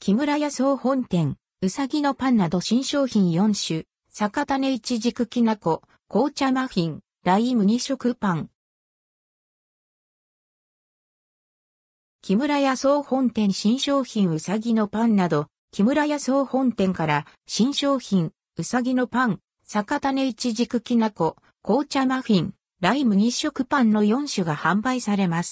木村屋総本店、うさぎのパンなど新商品4種、酒種いちじくきなこ、紅茶マフィン、ライ麦食パン。木村屋総本店新商品うさぎのパンなど、木村屋総本店から新商品、うさぎのパン、酒種いちじくきなこ、紅茶マフィン、ライ麦食パンの4種が販売されます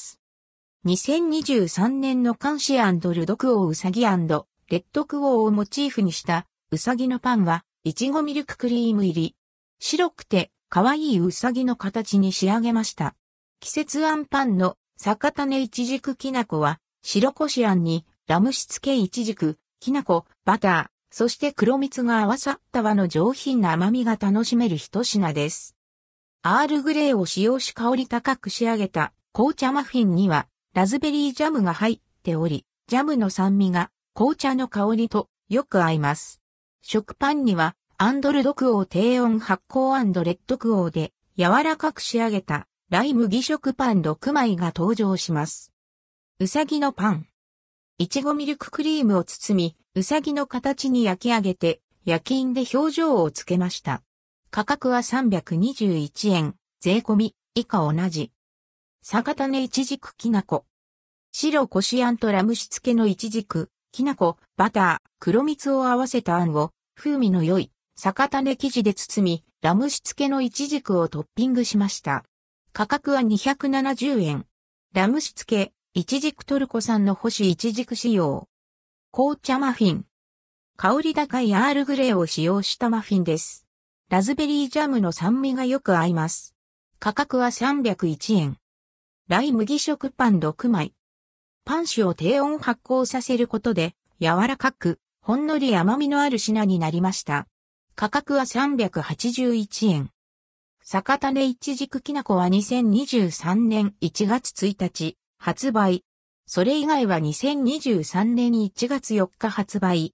。2023年のカンシ&ルドクオーうさぎ&レッドクオーをモチーフにしたうさぎのパンは、いちごミルククリーム入り。白くて可愛いうさぎの形に仕上げました。季節あんパンの酒種いちじくきなこは、白こしあんにラム酒漬けいちじく、きなこ、バター、そして黒蜜が合わさった和の上品な甘みが楽しめる一品です。アールグレーを使用し香り高く仕上げた紅茶マフィンにはラズベリージャムが入っており、ジャムの酸味が紅茶の香りとよく合います。食パンにはアンドルドクオー低温発酵&レッドクオーで柔らかく仕上げたライ麦食パン6枚が登場します。うさぎのパン。いちごミルククリームを包み、うさぎの形に焼き上げて、焼き印で表情をつけました。価格は321円、税込み、以下同じ。酒種いちじくきなこ。白こしあんとラム酒漬けのいちじく、きなこ、バター、黒蜜を合わせたあんを、風味の良い、酒種生地で包み、ラム酒漬けのいちじくをトッピングしました。価格は270円。ラム酒漬け、いちじくトルコ産の干しいちじく使用。紅茶マフィン。香り高いアールグレーを使用したマフィンです。ラズベリージャムの酸味がよく合います。価格は301円。ライ麦食パン6枚。パン種を低温発酵させることで柔らかく、ほんのり甘みのある品になりました。価格は381円。酒種いちじくきなこは2023年1月1日発売。それ以外は2023年1月4日発売。